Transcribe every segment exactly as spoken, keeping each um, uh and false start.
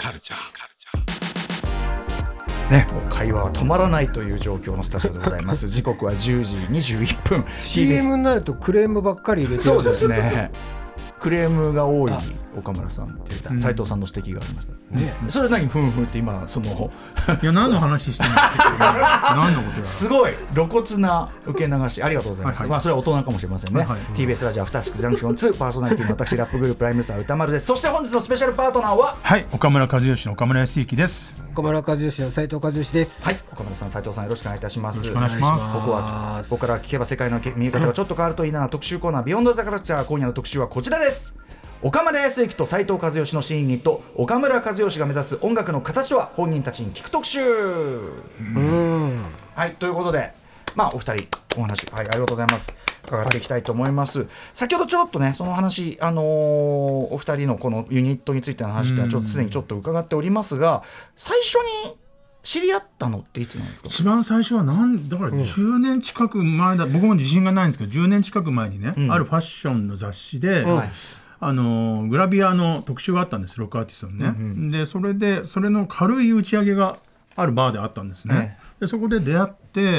カルチャーね、もう会話は止まらないという状況のスタジオでございます時刻はじゅうじにじゅういっぷんシーエム になるとクレームばっかり入れてる。 そうですねクレームが多い岡村さんって斉藤さんの指摘がありました、ね、それ何ふんふんって今そのいや何の話してんの何のことやすごい露骨な受け流しありがとうございます、はいはい、まあ、それは大人かもしれませんね、はいはい、ティービーエス ラジオアフターシックスジャンクションツーパーソナリティの私ラップグループライムスター歌丸です。そして本日のスペシャルパートナーははい岡村和義の岡村康之です。 岡村和義の斉藤和義です。 はい、岡村さん斉藤さんよろしくお願いいたします。 よろしくお願いします。 ここはここから聞けば世界の見え方がちょっと変わるといいな特集コーナービヨンドザカルチャー。今夜の特集はこちらです。岡村康之と斉藤和義の新ユニット岡村和義が目指す音楽の形とは本人たちに聞く特集。うんはいということでまあお二人お話、はい、ありがとうございます伺っていきたいと思います、はい、先ほどちょっとねその話、あのー、お二人のこのユニットについての話っていうのはちょっとすでにちょっと伺っておりますが最初に知り合ったのっていつなんですか？ 一番最初はなんだからじゅうねん近く前だ、うん、僕も自信がないんですけどじゅうねん近く前にね、うん、あるファッションの雑誌で、うん、あのグラビアの特集があったんです。ロックアーティストのね、うんうん、でそれでそれの軽い打ち上げがあるバーであったんですね、ねでそこで出会って、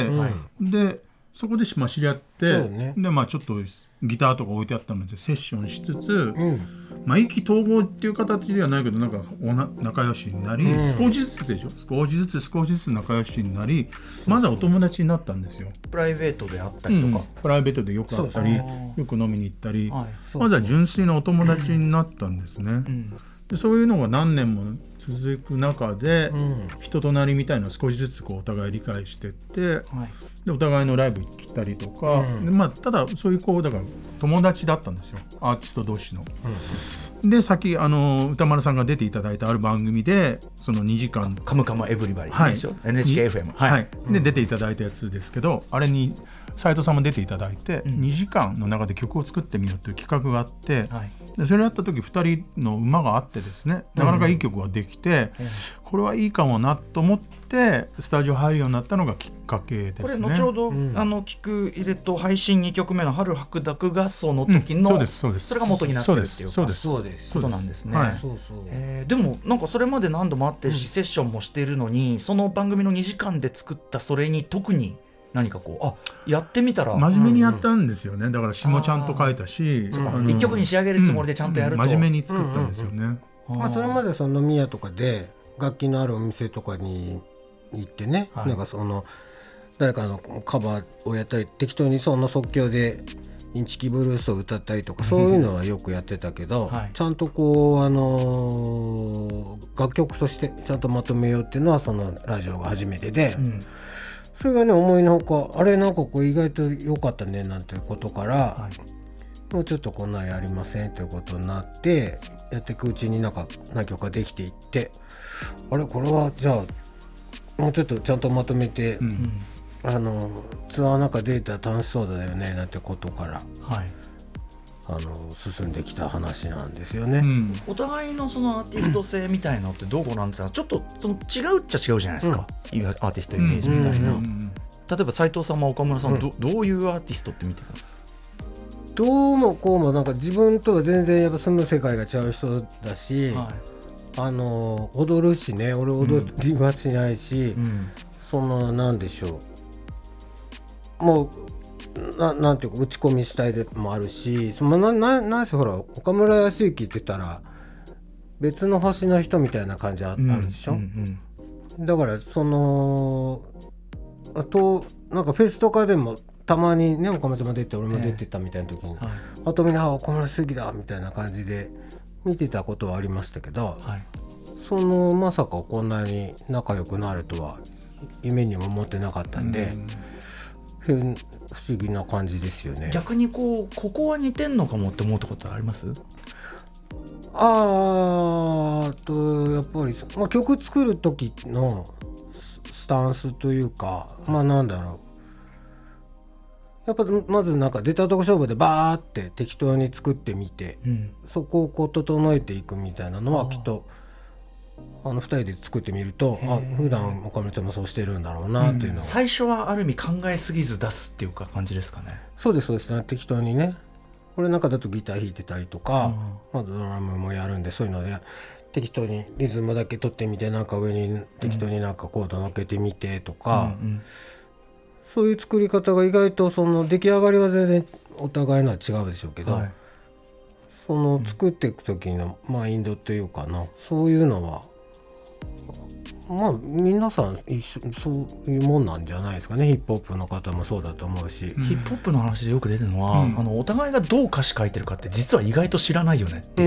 うん、でそこでまあ知り合って、ね、でまあちょっとギターとか置いてあったのでセッションしつつ、うんまあ、意気投合っていう形ではないけどなんかおな仲良しになり、うん、少しずつでしょ少しずつ少しずつ仲良しになりまずはお友達になったんですよ。 プライベートであったりとか、うん、 プライベートでよく会ったりよく飲みに行ったり、はい、まずは純粋なお友達になったんですね、うんでそういうのが何年も続く中で、うん、人となりみたいなのを少しずつこうお互い理解していって、はい、でお互いのライブ行ったりとか、うんでまあ、ただそういうこうだから友達だったんですよアーティスト同士の、うん、で先あの歌丸さんが出ていただいたある番組でそのにじかんカムカムエブリバディですよ、はい、エヌエイチケーエフエム、はいはい、 で出ていただいたやつですけどあれに斉藤さんも出ていただいて、うん、にじかんの中で曲を作ってみようという企画があって、はい、でそれをやった時ふたりの馬があってですねなかなかいい曲ができて、うん、これはいいかもなと思ってスタジオ入るようになったのがきっかけですね。 これ後ほど、うん、あの聞くイゼット配信にきょくめの春白濁合奏の時の、うん、そうですそうですそれが元になってるっていうかそうですそうですことなんですね、 はいそうそうえー、でもなんかそれまで何度もあってし、うん、セッションもしてるのにその番組のにじかんで作ったそれに特に何かこうあやってみたら真面目にやったんですよね、うんうん、だから詩もちゃんと書いたし一曲に仕上げるつもりでちゃんとやると、 うんうん、真面目に作ったんですよね、うんうんまあ、それまでその飲み屋とかで楽器のあるお店とかに行ってね、はい、なんかその誰かのカバーをやったり適当にその即興でインチキブルースを歌ったりとかそういうのはよくやってたけど、はい、ちゃんとこう、あのー、楽曲としてちゃんとまとめようっていうのはそのラジオが初めてで、うんそれがね思いのほかあれなんかこう意外と良かったねなんていうことから、はい、もうちょっとこんなんやりませんということになってやっていくうちになんか何曲かできていってあれこれはじゃあもうちょっとちゃんとまとめて、うん、あのツアーなんか出たら楽しそうだよねなんてことから、はいあの進んできた話なんですよね、うん、 お互いのそのアーティスト性みたいなのってどうご覧ですか？ちょっとその違うっちゃ違うじゃないですか、うん、アーティストイメージみたいな、うんうんうん、例えば斉藤さんも岡村さん、うん、ど, どういうアーティストって見てたんですか？ どうもこうもなんか自分とは全然やっぱ住む世界が違う人だし、はい、あの踊るしね俺踊りはしないし、うん、そのなんでしょうもうな, なんていうか打ち込み主体でもあるしその な, な, なんせほら岡村康之って言ったら別の星の人みたいな感じ あ,、うん、あるでしょ、うんうん、だからそのあとなんかフェスとかでもたまにね岡村ちゃんも出て俺も出てたみたいな時に、えーはい、あとみんな岡村康之だみたいな感じで見てたことはありましたけど、はい、そのまさかこんなに仲良くなるとは夢にも思ってなかったんで、うん、不思議な感じですよね。 逆にこうここは似てんのかもって思ったことあります？ あーとやっぱり、まあ、曲作る時のスタンスというかまあなんだろうやっぱまずなんか出たとこ勝負でバーって適当に作ってみて、うん、そこをこう整えていくみたいなのはきっとあのふたりで作ってみるとあ普段岡村ちゃんもそうしてるんだろうなっていうのは、うん、 最初はある意味考えすぎず出すっていうか感じですかね。 そうですそうです、ね、適当にね俺なんかだとギター弾いてたりとか、まあ、ドラムもやるんで、そういうので適当にリズムだけ取ってみて、なんか上に適当になんかコード乗っけてみてとか、うんうん、そういう作り方が意外とその出来上がりは全然お互いのは違うでしょうけど、はい、その作っていく時のマインドというかな、そういうのはまあ皆さん一緒そういうもんなんじゃないですかね。ヒップホップの方もそうだと思うし、 うん、ヒップホップの話でよく出てるのは、うん、あのお互いがどう歌詞書いてるかって実は意外と知らないよねっていう、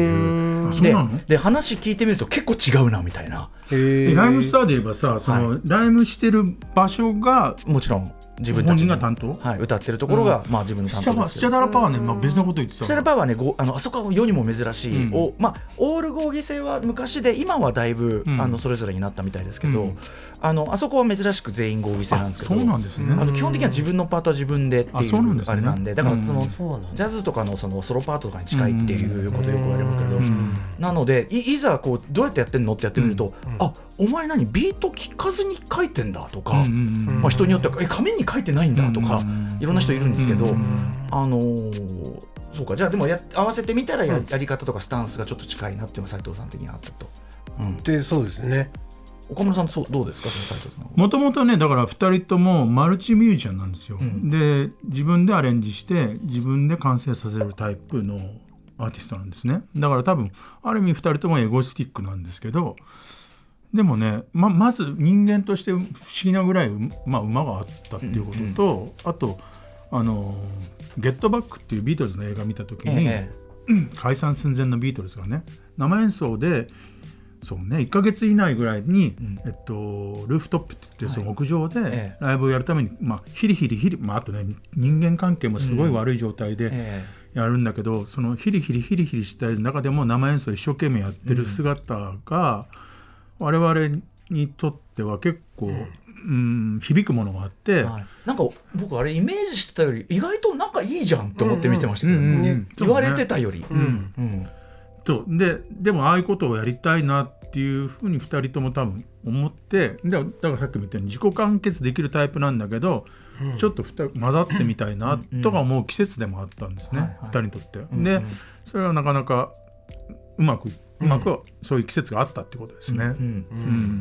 そうなの？ で話聞いてみると結構違うなみたいな。 へライムスターで言えばさ、その、はい、ライムしてる場所がもちろん自分たちが担当、 はい、歌ってるところが、うん、まあ、自分の担当です。 スチャダラパーはね、まあ、別のこと言ってた。 スチャダラパーはね、ごあのあそこは世にも珍しい、うんおまあ、オール合議制は昔で今はだいぶ、うん、あのそれぞれになったみたいですけど、うん、あのあそこは珍しく全員合議制なんですけど、 そうなんですね、 あの基本的には自分のパートは自分でっていう あ, なんです、ね、 あれなんで、だからその、うん、ジャズとか の, そのソロパートとかに近いっていうことよく言われるけど、うん、なので い, いざこうどうやってやってんのってやってみると、うん、あお前何ビート聞かずに書いてんだとか、うんうんまあ、人によってはえ紙に書いてないんだとか、うん、いろんな人いるんですけど、うん、あのー、そうかじゃあでもや合わせてみたら や,、うん、やり方とかスタンスがちょっと近いなっていうのが斉藤さん的にあったと、 うん、でそうですね。 岡村さんそうどうですか、その斉藤さん。 もともとねだからふたりともマルチミュージシャンなんですよ、うん、で自分でアレンジして自分で完成させるタイプのアーティストなんですね。だから多分ある意味ふたりともエゴイスティックなんですけど、でもね ま, まず人間として不思議なぐらい、まあ、馬があったっていうことと、うんうん、あとあのゲットバックっていうビートルズの映画見た時に、ええ、解散寸前のビートルズがね生演奏でそうね、いっかげつ以内ぐらいに、うんえっと、ルーフトップって言ってその屋上でライブをやるために、まあ、ヒリヒリヒリ、まあ、あとね人間関係もすごい悪い状態でやるんだけど、うんええ、そのヒリヒリヒリヒリした中でも生演奏を一生懸命やってる姿が、うん、我々にとっては結構、うんうん、響くものがあって、はい、 なんか僕あれイメージしてたより意外と仲いいじゃんと思って見てましたけど、ねうんうんうん、言われてたより、うんうんと で, でもああいうことをやりたいなっていうふうにふたりとも多分思って、でだからさっきも言ったように自己完結できるタイプなんだけど、うん、ちょっとふた混ざってみたいなとか思う季節でもあったんですね、うんうん、ふたりにとって、はいはい、で、うんうん、それはなかなかうまくうまくそういう季節があったってことですね、うんうんうん、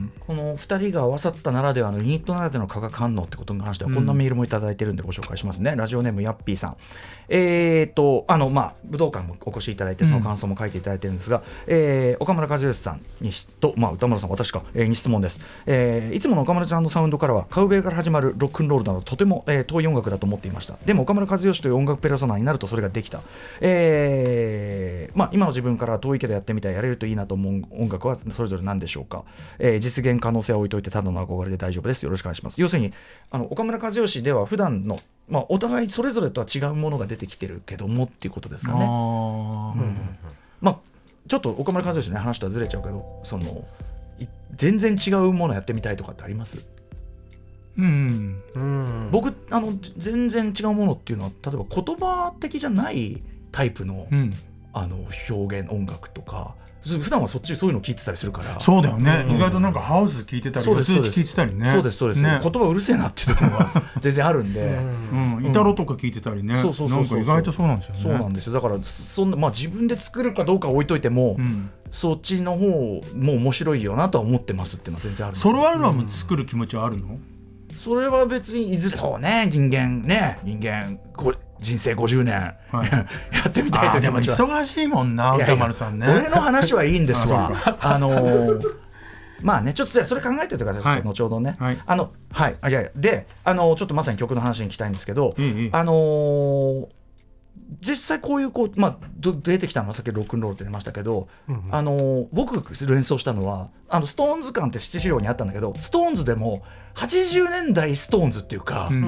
このふたりが合わさったならではのユニットならではの化学反応ってことに関してはこんなメールもいただいてるんでご紹介しますね、うん、ラジオネームヤッピーさん、えーとあのまあ武道館もお越しいただいてその感想も書いていただいてるんですが、うんえー、岡村和義さんにと、まあ、歌村さん私か、えー、に質問です、えー、いつもの岡村ちゃんのサウンドからはカウベイから始まるロックンロールなどとても、えー、遠い音楽だと思っていました。でも岡村和義という音楽ペルソナになるとそれができた、えーまあ、今の自分から遠いけどやってみたいやれるといいなと思う音楽はそれぞれ何でしょうか、えー、実現可能性は置いといてただの憧れで大丈夫です、よろしくお願いします。要するにあの岡村和義では普段の、まあ、お互いそれぞれとは違うものが出てきてるけどもっていうことですかね。あ、うんまあ、ちょっと岡村和義の、ね、話とはずれちゃうけどその全然違うものやってみたいとかってあります？うんうん、僕あの全然違うものっていうのは例えば言葉的じゃないタイプの、うん、あの表現音楽とか普段はそっちそういうの聞いてたりするから。 そうだよね、うん、意外となんかハウス聞いてたり四つ打ち聞いてたりね。 そうですそうです、ね、言葉うるせえなっていうところが全然あるんで、 うんうん、イタロとか聞いてたりね、そうそうそうそう、なんか意外とそうなんですよね。 そうなんですよ。だからそんな、まあ、自分で作るかどうか置いといても、うん、そっちの方も面白いよなとは思ってますっていうのは全然あるんです。 ソロアルバム作る気持ちはあるの？ それは別にいずれそうね人間ね人間これ人生ごじゅうねん、はい、やってみたいという気持ちは。 でも忙しいもんな歌丸さんね。 俺の話はいいんですわあ, あのー、まあねちょっとそれ考えておいてください、はい、ちょっと後ほどね、はい、あのはいあいやいやであのちょっとまさに曲の話に行きたいんですけど、いいいいあのー実際こういうこう、まあ、出てきたのはさっきロックンロールって出ましたけど、うんうん、あの僕連想したのはあのストーンズ感って七資料にあったんだけどストーンズでもはちじゅうねんだいストーンズっていうか、うん、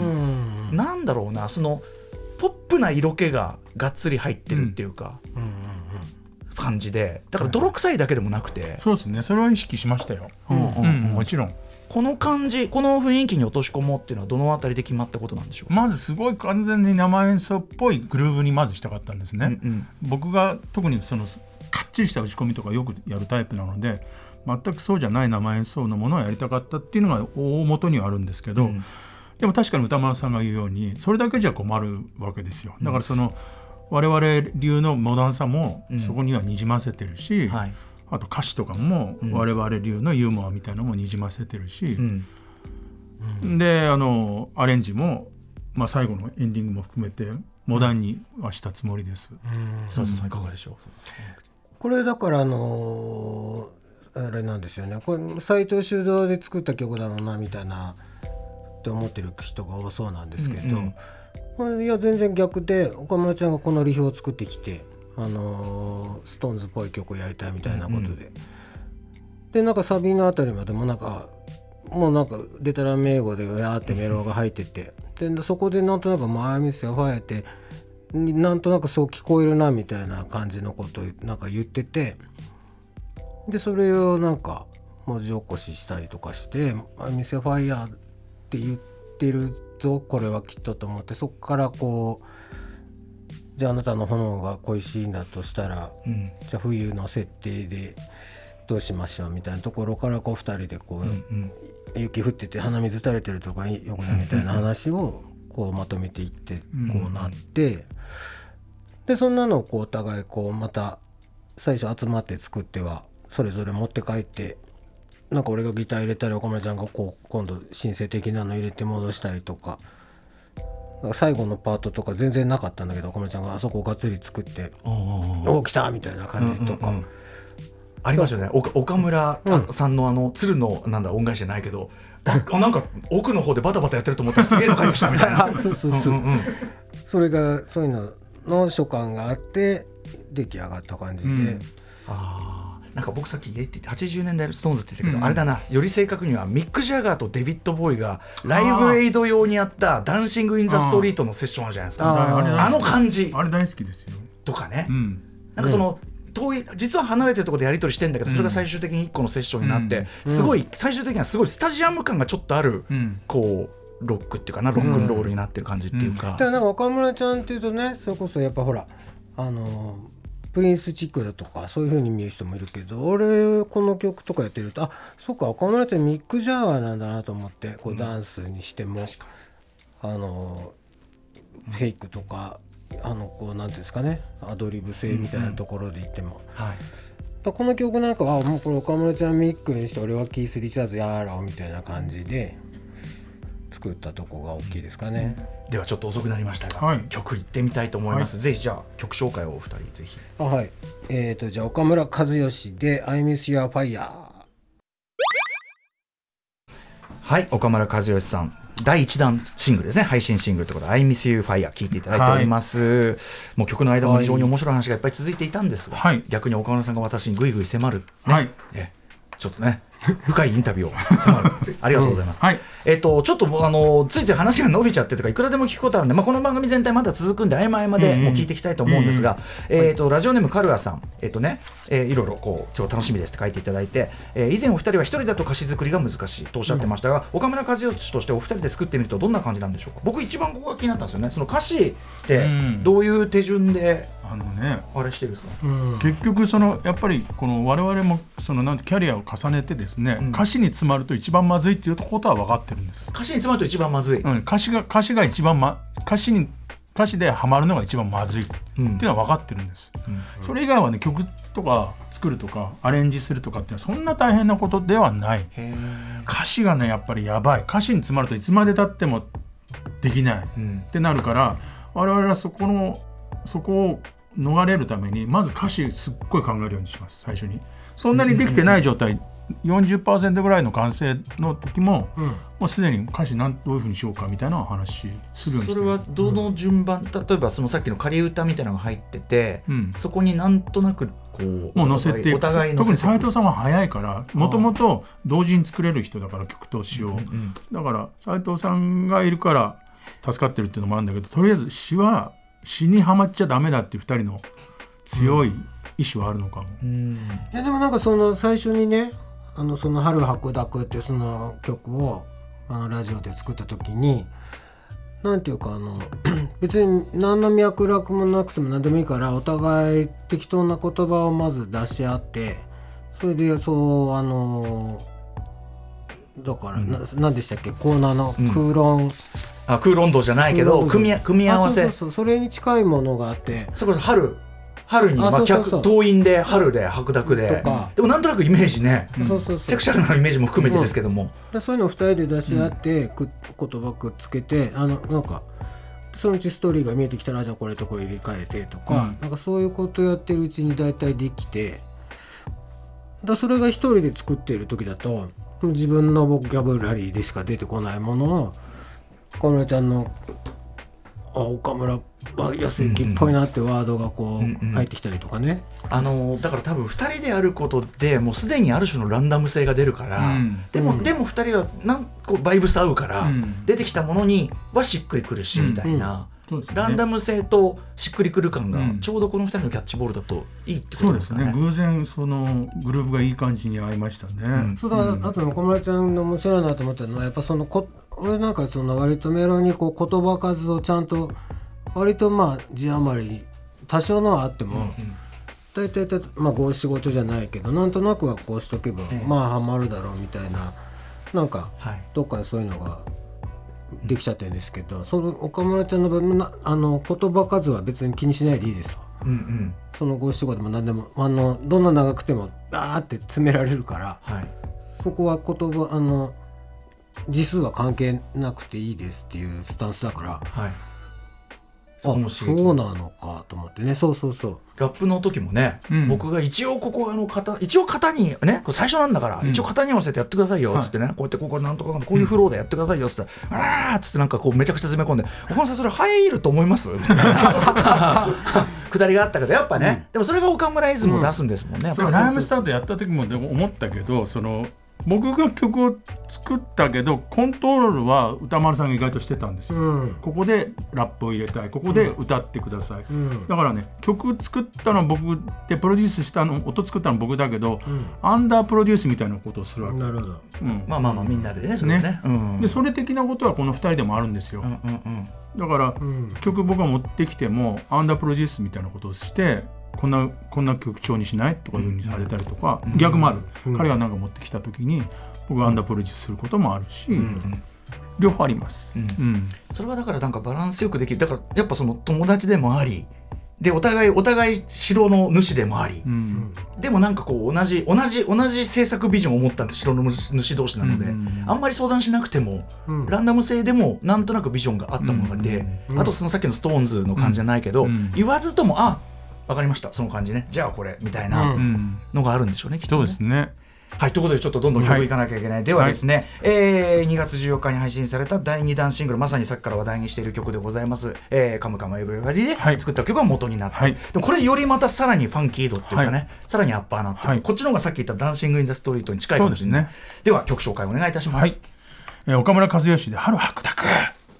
なんだろうなそのポップな色気ががっつり入ってるっていうか、うんうんうんうん、感じでだから泥臭いだけでもなくて、はい、 そうですねそれは意識しましたよ、うんうんうんうん、もちろんこの感じこの雰囲気に落とし込もうっていうのはどのあたりで決まったことなんでしょうか。 まずすごい完全に生演奏っぽいグルーヴにまずしたかったんですね、うんうん、僕が特にそのかっちりした打ち込みとかよくやるタイプなので全くそうじゃない生演奏のものをやりたかったっていうのが大元にはあるんですけど、うん、でも確かに歌丸さんが言うようにそれだけじゃ困るわけですよ。だからその我々流のモダンさもそこにはにじませてるし、うんはい、あと歌詞とかも我々流のユーモアみたいなのもにじませてるし、うんうん、であのアレンジも、まあ、最後のエンディングも含めてモダンにはしたつもりです。 そうそうそういかがでしょう。 これだからあのー、あれなんですよね、これ斉藤修道で作った曲だろうなみたいなって思ってる人が多そうなんですけど、うんうん、いや全然逆で岡村ちゃんがこのリフを作ってきて、あのー、ストーンズっぽい曲をやりたいみたいなことで、うんうん、でなんかサビのあたりまでもなんかもうなんかデタラメ英語でやーってメロが入ってて、でそこでなんとなくマイミスやファイアってなんとなくそう聞こえるなみたいな感じのことをなんか言ってて、でそれをなんか文字起こししたりとかしてマイミスやファイアって言ってるぞこれはきっとと思って、そこからこうじゃああなたの炎が恋しいんだとしたら、うん、じゃあ冬の設定でどうしましょうみたいなところからこうふたりでこう、うんうん、雪降ってて鼻水垂れてるとかよくないみたいな話をこうまとめていってこうなって、うんうん、でそんなのをこうお互いこうまた最初集まって作ってはそれぞれ持って帰って、なんか俺がギター入れたり岡村ちゃんがこう今度シンセ的なの入れて戻したりとか、最後のパートとか全然なかったんだけど岡村ちゃんがあそこをがっつり作っておお来たみたいな感じとか、うんうんうん、 ありましたよね。岡村さんのあの鶴のなんだ恩返しじゃないけど、あなんか奥の方でバタバタやってると思ったらすげえの書いてきたみたいなそうそうそう、うんうんうん、それがそういうのの所感があって出来上がった感じで、うん、 あなんか僕さっきはちじゅうねんだいストーンズって言ったけど、うん、あれだな、より正確にはミック・ジャガーとデビッド・ボーイがライブエイド用にやったダンシング・イン・ザ・ストリートのセッションあるじゃないですか。 あ, あの感じあれ大好きですよとかね、うん、なんかその、うん遠い実は離れてるところでやり取りしてんだけど、それが最終的にいっこのセッションになって、うん、すごい最終的にはすごいスタジアム感がちょっとある、うん、こうロックっていうかなロックンロールになってる感じっていうか、うんうん、 だからなんか岡村ちゃんっていうとね、それこそやっぱほらあのプリンスチックだとかそういう風に見る人もいるけど、俺この曲とかやってるとあそっか岡村ちゃんミック・ジャガーなんだなと思って、こうダンスにしても、うん、あのフェイクとかあのこうなんていうんですかねアドリブ性みたいなところで言っても、うんうんはい、だこの曲なんかはもうこの岡村ちゃんミックにして俺はキース・リチャーズやろうみたいな感じで作ったとこが大きいですかね、 うん、ではちょっと遅くなりましたが、はい、曲いってみたいと思います、はい、ぜひじゃあ曲紹介をお二人ぜひ。 あはいえーとじゃあ岡村和義で I Miss Your Fire。 はい岡村和義さんだいいちだんシングルですね、配信シングルということで I Miss You Fire 聴いていただいております、はい、もう曲の間も非常に面白い話がいっぱい続いていたんですが、はい、逆に岡村さんが私にぐいぐい迫る、ねはい、えちょっとね深いインタビューを迫るありがとうございます、うんはいえー、とちょっとあのついつい話が伸びちゃってとかいくらでも聞くことあるんで、まあ、この番組全体まだ続くんで合間合間でもう聞いていきたいと思うんですが、うんうんえー、とラジオネームカルアさん、えーとねえー、いろいろこうちょっと楽しみですって書いていただいて、えー、以前お二人は一人だと歌詞作りが難しいとおっしゃってましたが、うん、岡村和義としてお二人で作ってみるとどんな感じなんでしょうか。僕一番ここが気になったんですよね。その歌詞ってどういう手順で、うんあのね、あれしてるんですか、うん、 結局そのやっぱりこの我々もそのなんてキャリアを重ねてですね、うん、歌詞に詰まると一番まずいっていうことは分かってるんです。 歌詞に詰まると一番まずい、 うん、歌詞が歌詞が一番、ま、歌詞に歌詞でハマるのが一番まずいっていうのは分かってるんです、うんうん、それ以外はね曲とか作るとかアレンジするとかっていうのはそんな大変なことではない。歌詞がねやっぱりやばい。歌詞に詰まるといつまでたってもできない、うん、ってなるから我々はそこのそこを逃れるためにまず歌詞すっごい考えるようにします。最初にそんなにできてない状態、うんうん、よんじゅっパーセント ぐらいの完成の時も、うん、もうすでに歌詞なんどういう風にしようかみたいな話するようにしてる。 それはどの順番、うん、例えばそのさっきの仮歌みたいなのが入ってて、うん、そこになんとなくこうもう載せていく。特に斉藤さんは早いからもともと同時に作れる人だから曲と詩を、うんうん、だから斉藤さんがいるから助かってるっていうのもあるんだけど、とりあえず詩は詩にはまっちゃダメだっていうふたりの強い意志はあるのかも、うん、 いやでもなんかその最初にねあのその春白濁っていうその曲をあのラジオで作った時になんていうかあの別に何の脈絡もなくても何でもいいからお互い適当な言葉をまず出し合って、それでそうあのだから、うん、な何でしたっけコーナーの空論あ空論道じゃないけど組み、組み合わせ、 そうそうそう、それに近いものがあって、 そこそ春春にまあそうそうそう、 党員で春で白濁で、でもなんとなくイメージね、 うん、そうそうそう、 セクシャルなイメージも含めてですけども、 うん、そういうのをふたりで出し合って、うん、言葉くっつけて、あのなんかそのうちストーリーが見えてきたら、じゃあこれとこれ入れ替えてとか、うん、なんかそういうことをやってるうちに大体できて、だそれが一人で作っている時だと自分のボキャブラリーでしか出てこないものを岡村ちゃんのあ岡村康之っぽいなってワードがこう、うんうん、入ってきたりとかね、 あのだから多分ふたりでやることでもうすでにある種のランダム性が出るから、うん、でも、うん、でもふたりはなんこうバイブス合うから、うん、出てきたものにはしっくりくるし、みたいな、うんうんね、ランダム性としっくりくる感がちょうどこのふたりのキャッチボールだといいってことですかね。 そうですね、偶然そのグルーヴがいい感じに合いましたね、うん、 そうだ、うん、あと岡村ちゃんの面白いなと思ったのはやっぱそのこ俺なんかその割とメロにこう言葉数をちゃんと割とまあ字余り多少のはあっても、うんうん、大体まあ五七五調じゃないけどなんとなくはこうしとけば、うん、まあハマるだろうみたいな、なんか、はい、どっかでそういうのができちゃってるんですけど、うん、その岡村ちゃんの場合あの言葉数は別に気にしないでいいですと、うんうん、その五七五でも何でもあのどんな長くてもバーって詰められるから、はい、そこは言葉あの字数は関係なくていいですっていうスタンスだから、はい、あそうなのかと思ってね。そうそうそう、 ラップの時もね、うん、僕が一応ここあの型一応型にねこれ最初なんだから、うん、一応型に合わせてやってくださいよっつってね、はい、こうやってここなんとかこういうフローでやってくださいよっつって、うん、あーっつってなんかこうめちゃくちゃ詰め込んで岡村さんそれ入ると思いますみたいなくだりがあったけどやっぱね、うん、でもそれが岡村イズムを出すんですもんね、うん、 そうライムスタートやった時もでも思ったけど、その僕が曲を作ったけどコントロールは歌丸さんが意外としてたんですよ、うん、ここでラップを入れたい、ここで歌ってください、うん、だからね曲作ったのは僕でプロデュースしたの音作ったのは僕だけど、うん、アンダープロデュースみたいなことをするわけ。 なるほど、 うん、まあまあまあみんなでねそれね、ね、うん、 でそれ的なことはこのふたりでもあるんですよ、うんうんうん、だから、うん、曲僕が持ってきてもアンダープロデュースみたいなことをしてこんなこんな曲調にしないとかいう風にされたりとか、うん、逆もある、うん、彼が何か持ってきた時に僕がアンダープロデュースすることもあるし、うんうん、両方あります、うんうん、 それはだからなんかバランスよくできる。だからやっぱその友達でもありでお互いお互い城の主でもあり、うん、でもなんかこう同じ同じ同じ制作ビジョンを持った城の主同士なので、うん、あんまり相談しなくても、うん、ランダム性でもなんとなくビジョンがあったものがで、うん、あとそのさっきのストーンズの感じじゃないけど、うん、言わずともあ分かりましたその感じねじゃあこれみたいなのがあるんでしょうね、うん、きっとね。 そうですね。 はい、ということでちょっとどんどん曲いかなきゃいけない、はい、ではですね、はい、えー、にがつじゅうよっかに配信されただいにだんシングル、まさにさっきから話題にしている曲でございます、えー、カムカムエブリバディで作った曲が元になって、はい、でもこれよりまたさらにファンキードっていうかね、はい、さらにアッパーなっていう、はい、こっちの方がさっき言ったダンシングインザストリートに近いかもしれない。 で,、ね、では曲紹介お願いいたします、はい、 えー、岡村和義で春白濁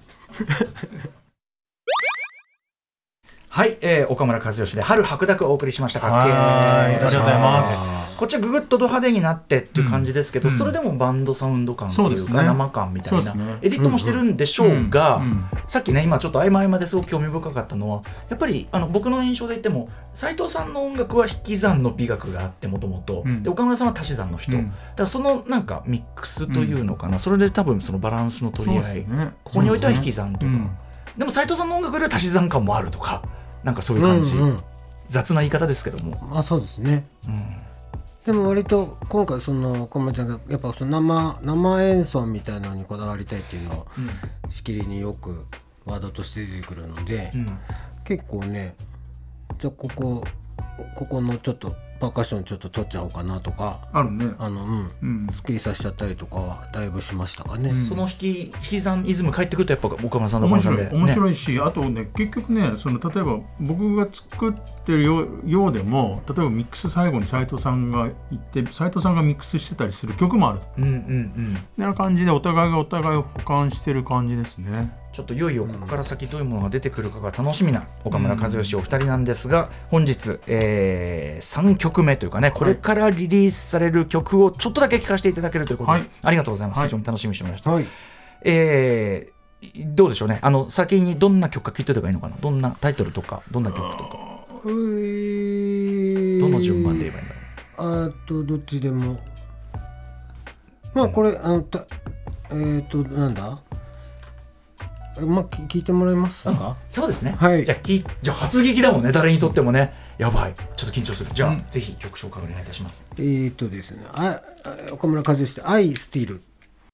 はい、えー、岡村和義で春白濁をお送りしました。かっけー、 ありがとうございます。 こっちはググッとド派手になってっていう感じですけど、うん、それでもバンドサウンド感っていうか、ね、生感みたいな、ね、エディットもしてるんでしょうが、うんうんうん、さっきね今ちょっと合間合間ですごく興味深かったのはやっぱりあの僕の印象で言っても斉藤さんの音楽は引き算の美学があってもともと岡村さんは足し算の人、うん、だからそのなんかミックスというのかな、うん、それで多分そのバランスの取り合い、ね、ここにおいては引き算とか、うん、でも斉藤さんの音楽よりは足し算感もあるとかなんかそういう感じ、うんうん、雑な言い方ですけども、 あそうですね、うん、でも割と今回その岡村ちゃんがやっぱその 生, 生演奏みたいなのにこだわりたいっていうのを、うん、しきりによくワードとして出てくるので、うん、結構ねじゃあここここのちょっとパーカッションちょっと取っちゃおうかなとかあるね、 あの、うんうん、スッキリさせちゃったりとかはだいぶしましたかね、 うん、その引き引き算イズム返ってくるとやっぱ岡村さんの面白い、ね、面白いし、あとね結局ねその例えば僕が作ってる よ, ようでも例えばミックス最後に斉藤さんが言って斉藤さんがミックスしてたりする曲もある、うんうんうん、な感じでお互いがお互いを補完してる感じですね。 ちょっといよいよここから先どういうものが出てくるかが楽しみな岡村和義お二人なんですが、本日、えー、さんきょくめというかねこれからリリースされる曲をちょっとだけ聴かせていただけるということで、はい、ありがとうございます、はい、非常に楽しみにしてました、はい、えー、どうでしょうね、あの先にどんな曲か聴いておいた方がいいのかな、どんなタイトルとかどんな曲とかどの順番で言えばいいんだろう。あとどっちでもまあこれ、うん、あのたえっ、ー、となんだまあ聞いてもらえますか。 そうですね、 はい、 じゃあきじゃあ初聞きだもんね、誰にとってもね。やばい、ちょっと緊張する。じゃあ、うん、ぜひ曲紹介お願いいたします。 えー、っとですねあ岡村和義でアイスティル。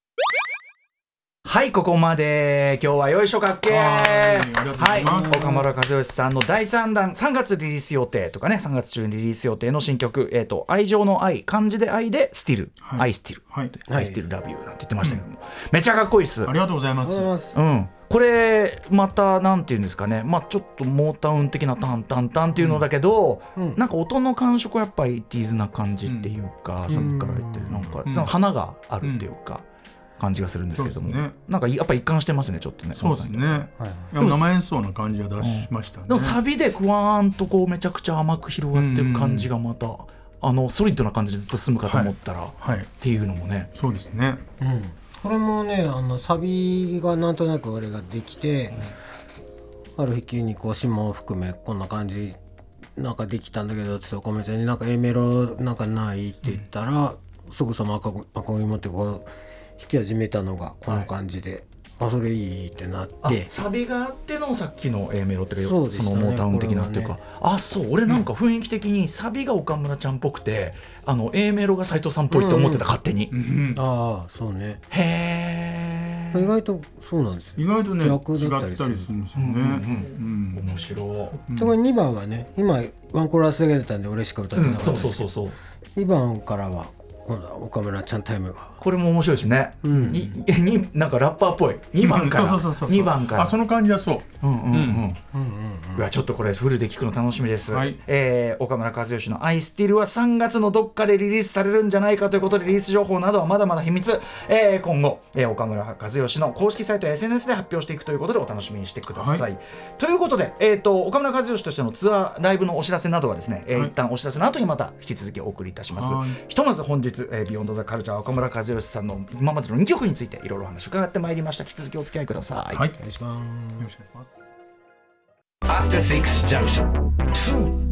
はい、ここまで。今日はよいしょかっけー。はい、岡村和義さんのだいさんだん、さんがつリリース予定とかね、さんがつ中にリリース予定の新曲、えーと、愛情の愛、漢字で愛でスティル、はい、アイスティル、はい、アイスティルラビューなんて言ってましたけども、うん、めちゃかっこいいっす。 ありがとうございます。 うん、これまたなんていうんですかね、まあ、ちょっとモータウン的なタンタンタンっていうのだけど、うん、なんか音の感触はやっぱりエイティーズな感じっていうか、うん、さっきから言ってるなんか、うん、その花があるっていうか、うん感じがするんですけども、ね、なんかやっぱ一貫してますね、ちょっとね。 そうですね、はい、でも生演奏の感じは出しましたね、 うん、でもサビでクワーンとこうめちゃくちゃ甘く広がってる感じがまた、うん、あのソリッドな感じでずっと進むかと思ったら、はいはい、っていうのもね。 そうですね、 うん、これもねあのサビがなんとなく俺ができて、うん、ある日急にこう詞も含めこんな感じなんかできたんだけどっておかめちゃんになんか A メロなんかないって言ったら、うん、すぐさま赤子持ってこう弾き始めたのがこの感じで、はい、あそれいいってなって、 サビがあってのさっきの A メロっていうか、そ, そのモータウン的なっていうか、ね、あそう俺なんか雰囲気的にサビが岡村ちゃんっぽくて、あの A メロが斉藤さんっぽいって思ってた、うん、勝手に、うん、 ああそうね。 へえ。 意外とそうなんですよ。 意外とね逆だったりする違ったりするんですよね、うんうんうん、面白い、 うん、これにばんはね今ワンコーラスだけだったんで俺しか歌ってなかったんですけど、うん、そうそうそうそうにばんからは今度は岡村ちゃんタイムがこれも面白いですね、うん、にになんかラッパーっぽいにばんから、うん、そうそうそうそうにばんからあその感じはそう、うんうんうんうん、 うわちょっとこれフルで聴くの楽しみです、はい。えー、岡村和義のアイスティルはさんがつのどっかでリリースされるんじゃないかということで、リリース情報などはまだまだ秘密、えー、今後、えー、岡村和義の公式サイトや エスエヌエス で発表していくということでお楽しみにしてください、はい、ということで、えーと、岡村和義としてのツアーライブのお知らせなどはですね、えーはい、一旦お知らせの後にまた引き続きお送りいたします。ひとまず本日えー、ビヨンドザカルチャー岡村和義さんの今までのにきょくについていろいろお話を伺ってまいりました。引き続きお付き合いください。 はい、お願いします。よろしくお願いします。 アフターシックスジャンクションツー。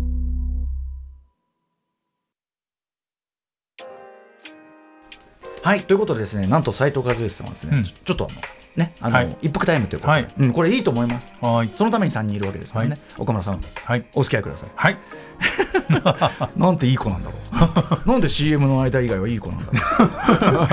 はい、ということでですね、なんと斉藤和義さんはですね、うん、ちょっとあのね、あの、はい、一服タイムということで、はい、うん、これいいと思います。はい、そのためにさんにんいるわけですからね、はい、岡村さん、はい、お付き合いください。 はいなんていい子なんだろうなんで シーエム の間以外はいい子なんだろう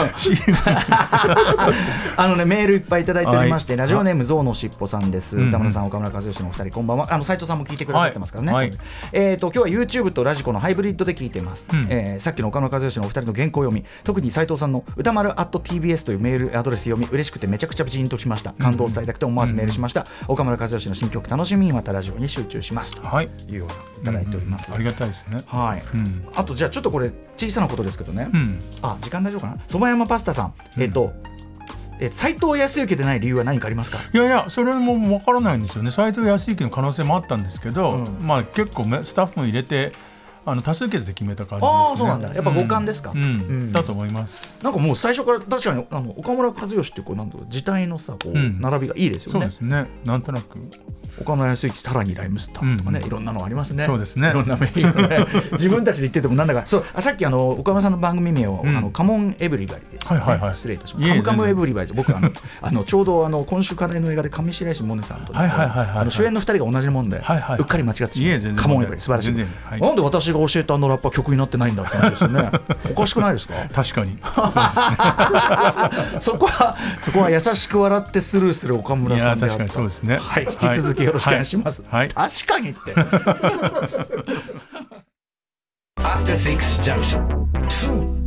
あのねメールいっぱいいただいておりまして、はい、ラジオネームゾウのしっぽさんです、うんうん、歌村さん岡村和義のお二人こんばんは。あの斉藤さんも聞いてくださってますからね、はいはい、えーと今日は YouTube とラジコのハイブリッドで聞いてます、うん、えー、さっきの岡村和義のお二人の原稿読み、特に斉藤さんの歌丸 アット ティービーエス というメールアドレス読み嬉しくてめちゃくちゃジーンときました。感動伝えたくて思わずメールしました、うんうん、岡村和義の新曲楽しみにまたラジオに集中しますというようないただいております、 うんうん、ありがたいですね。 はい、うん、あとじゃあちょっとこれ小さなことですけどね、うん、あ時間大丈夫かな。そば山パスタさん、うん、えっと斉藤康之でない理由は何かありますか。 いやいやそれも分からないんですよね。斉藤康之の可能性もあったんですけど、うん、まあ結構スタッフも入れてあの多数決で決めた感じですね。 ああそうなんだ。やっぱ互換ですか、 うんうんうん、だと思います。 なんかもう最初から確かにあの岡村和義ってこうなんだろう自体のさこう、うん、並びがいいですよね。 そうですね。なんとなく岡村康之さらにライムスターとかね、うんうん、いろんなのありますね。 そうですね。 いろんなメニューね自分たちで言っててもなんだかそうあさっきあの岡村さんの番組名を、うん、あのカモンエブリバリー、ね、はいはいはい、失礼いたします。カムカムエブリバリー僕あのあのちょうどあの今週課題の映画で上白石萌音さんと、ね、はいはいはいはい、あの主演のふたりが同じもんで、はいはい、うっかり間違ってしまう。カモンエブリバリー素晴らしい、はい、なんで私が教えたあのラッパー曲になってないんだって話ですよねおかしくないですか。 確かにそうですねそこはそこは優しく笑ってスルーする岡村さんであった。 いや確かにそうですね。 はい、引き続きよろしくお願いします、はいはい、確かにってアフターシックスジャンクションツー